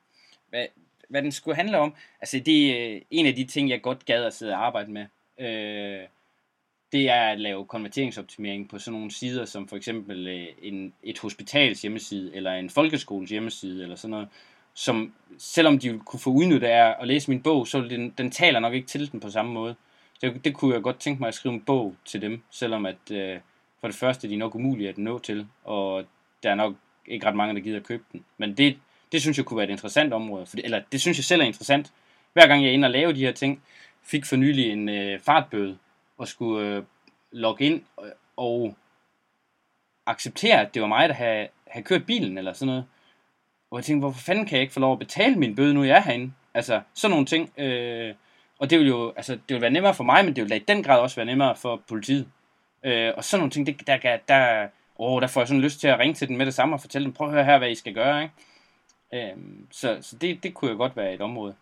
hvad den skulle handle om, altså det er en af de ting, jeg godt gad at sidde og arbejde med. Det er at lave konverteringsoptimering på sådan nogle sider, som for eksempel et hospitals hjemmeside, eller en folkeskoles hjemmeside, eller sådan noget, som selvom de kunne få udnyttet af at læse min bog, så den taler nok ikke til den på samme måde. Det kunne jeg godt tænke mig at skrive en bog til dem, selvom at for det første de er nok umulige at nå til, og der er nok ikke ret mange, der gider at købe den. Men det synes jeg kunne være et interessant område, eller det synes jeg selv er interessant. Hver gang jeg er inde og lave de her ting, fik for nylig en fartbøde, og skulle logge ind og acceptere, at det var mig, der havde kørt bilen, eller sådan noget. Og jeg tænkte, hvorfor fanden kan jeg ikke få lov at betale min bøde, nu jeg er herinde? Altså, sådan nogle ting. Og det vil jo, altså, det vil være nemmere for mig, men det vil i den grad også være nemmere for politiet. Og sådan nogle ting, der får jeg sådan lyst til at ringe til dem med det samme og fortælle dem, prøv at høre her, hvad I skal gøre, ikke? Så det kunne jo godt være et område.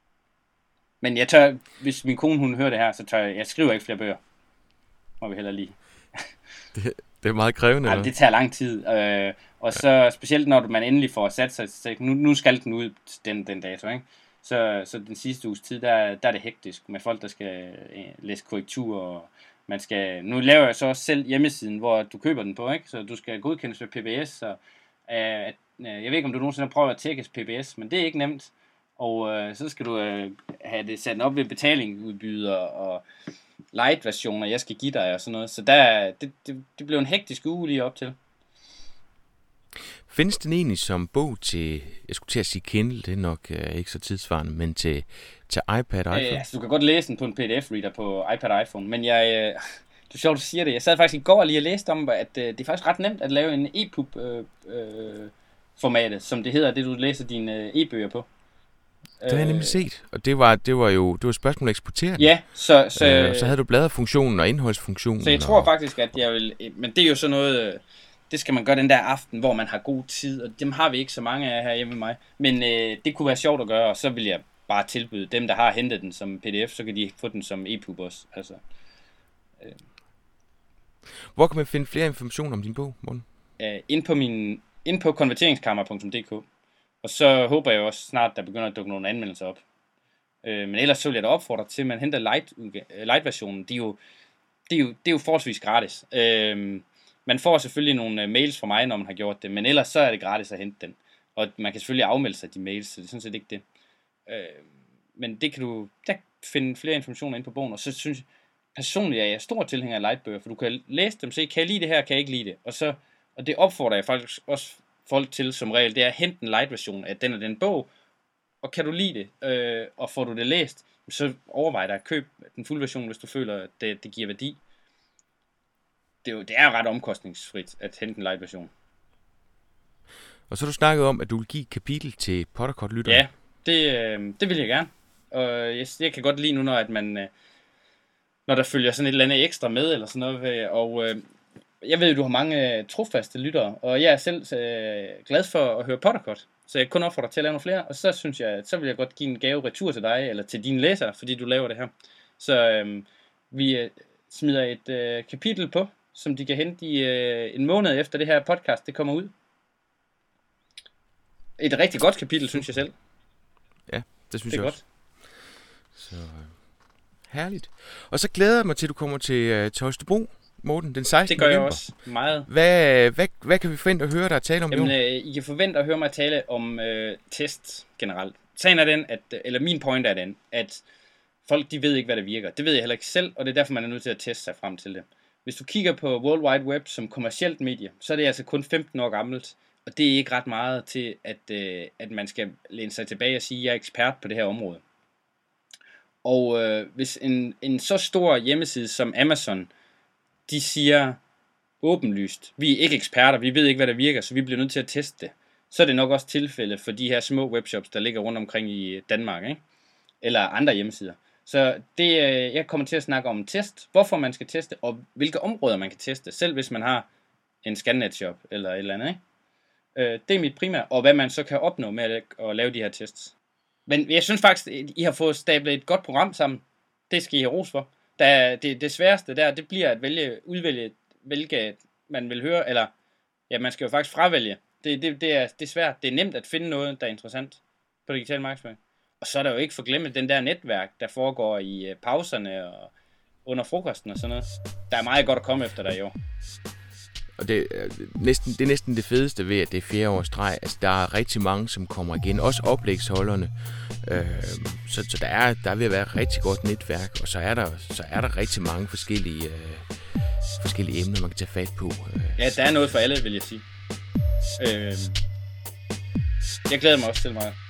Men jeg tør, hvis min kone hun hører det her, så tør jeg skriver ikke flere bøger. Må vi heller lige. Det er meget krævende, eller? Det tager lang tid. Og så specielt når man endelig får sat sig til, nu skal den ud den dato, ikke? Så den sidste uges tid, der er det hektisk med folk, der skal læse korrektur, og man skal, nu laver jeg så også selv hjemmesiden, hvor du køber den på, ikke? Så du skal godkendes ved PBS, og jeg ved ikke, om du nogensinde har prøvet at tjekke PBS, men det er ikke nemt. Og så skal du have det sat op ved betalingudbyder og light-versioner, jeg skal give dig og sådan noget. Så det blev en hektisk uge lige op til. Findes den egentlig som bog til, jeg skulle til at sige Kindle, det er nok ikke så tidsvarende, men til iPad og iPhone? Altså, du kan godt læse den på en PDF-reader på iPad og iPhone, men det er sjovt, du siger det. Jeg sad faktisk i går lige og læste om, at det er faktisk ret nemt at lave en EPUB-formatet, som det hedder, det du læser dine e-bøger på. Det har jeg nemlig set, og det var jo et spørgsmål at eksportere den. Ja, så havde du bladrefunktionen og indholdsfunktionen. Så jeg tror faktisk, at jeg vil... Men det er jo sådan noget... Det skal man gøre den der aften, hvor man har god tid, og dem har vi ikke så mange af her hjemme med mig. Men det kunne være sjovt at gøre, og så vil jeg bare tilbyde dem, der har hentet den som pdf, så kan de få den som e-pub også. Altså, Hvor kan man finde flere informationer om din bog, Morten? Ind på konverteringskammer.dk. Og så håber jeg også snart, der begynder at dukke nogle anmeldelser op. Men ellers så vil jeg da opfordre til, at man henter light-versionen. Det er jo forholdsvis gratis. Man får selvfølgelig nogle mails fra mig, når man har gjort det, men ellers så er det gratis at hente den. Og man kan selvfølgelig afmelde sig de mails, så det er sådan set ikke det. Men det kan du finde flere informationer ind på bogen, og så synes jeg personligt, at jeg er stor tilhænger af lightbøger, for du kan læse dem, se, kan jeg lide det her, kan jeg ikke lide det. Og det opfordrer jeg faktisk også folk til som regel, det er at hente en light-version af den og den bog, og kan du lide det, og får du det læst, så overvej dig at købe den fulde version, hvis du føler, at det giver værdi. Det er ret omkostningsfrit at hente en light-version. Og så har du snakket om, at du vil give et kapitel til Potterkort-lytterne. Ja, det vil jeg gerne. Og jeg kan godt lide nu, når der følger sådan et eller andet ekstra med, eller sådan noget. Og jeg ved, at du har mange trofaste lyttere, og jeg er selv glad for at høre Potterkort. Så jeg kun opfordrer dig til at lave nogle flere, og så synes jeg, så vil jeg godt give en gave retur til dig, eller til dine læsere, fordi du laver det her. Så vi smider et kapitel på, som de kan hente i en måned efter det her podcast, det kommer ud. Et rigtig godt kapitel, synes jeg selv. Ja, det synes jeg også. Så herligt. Og så glæder jeg mig til, at du kommer til Holstebro, Morten, den 16. Det gør jeg november. også meget. Hvad kan vi forvente at høre dig tale om? Jamen, I kan forvente at høre mig tale om test generelt. Sagen er den, eller min point er den, at folk de ved ikke, hvad der virker. Det ved jeg heller ikke selv, og det er derfor, man er nødt til at teste sig frem til det. Hvis du kigger på World Wide Web som kommercielt medie, så er det altså kun 15 år gammelt, og det er ikke ret meget til, at man skal læne sig tilbage og sige, at jeg er ekspert på det her område. Og hvis en så stor hjemmeside som Amazon, de siger åbenlyst, vi er ikke eksperter, vi ved ikke, hvad der virker, så vi bliver nødt til at teste det, så er det nok også tilfælde for de her små webshops, der ligger rundt omkring i Danmark, ikke? Eller andre hjemmesider. Så jeg kommer til at snakke om test, hvorfor man skal teste, og hvilke områder man kan teste, selv hvis man har en ScanNet-shop eller et eller andet, ikke? Det er mit primære, og hvad man så kan opnå med at lave de her tests. Men jeg synes faktisk, at I har fået stablet et godt program sammen. Det skal I have ros for. Det sværeste der, det bliver at udvælge, hvilke man vil høre, eller ja, man skal jo faktisk fravælge. Det er svært. Det er nemt at finde noget, der er interessant på digital markedsføring. Og så er der jo ikke for glemme den der netværk, der foregår i pauserne og under frokosten og sådan noget. Der er meget godt at komme efter der i år. Og det er næsten det fedeste ved, at det er 4 års streg. Altså, der er rigtig mange, som kommer igen. Også oplægsholderne. Så der er ved at være et rigtig godt netværk. Og så er der rigtig mange forskellige emner, man kan tage fat på. Ja, der er noget for alle, vil jeg sige. Jeg glæder mig også til meget.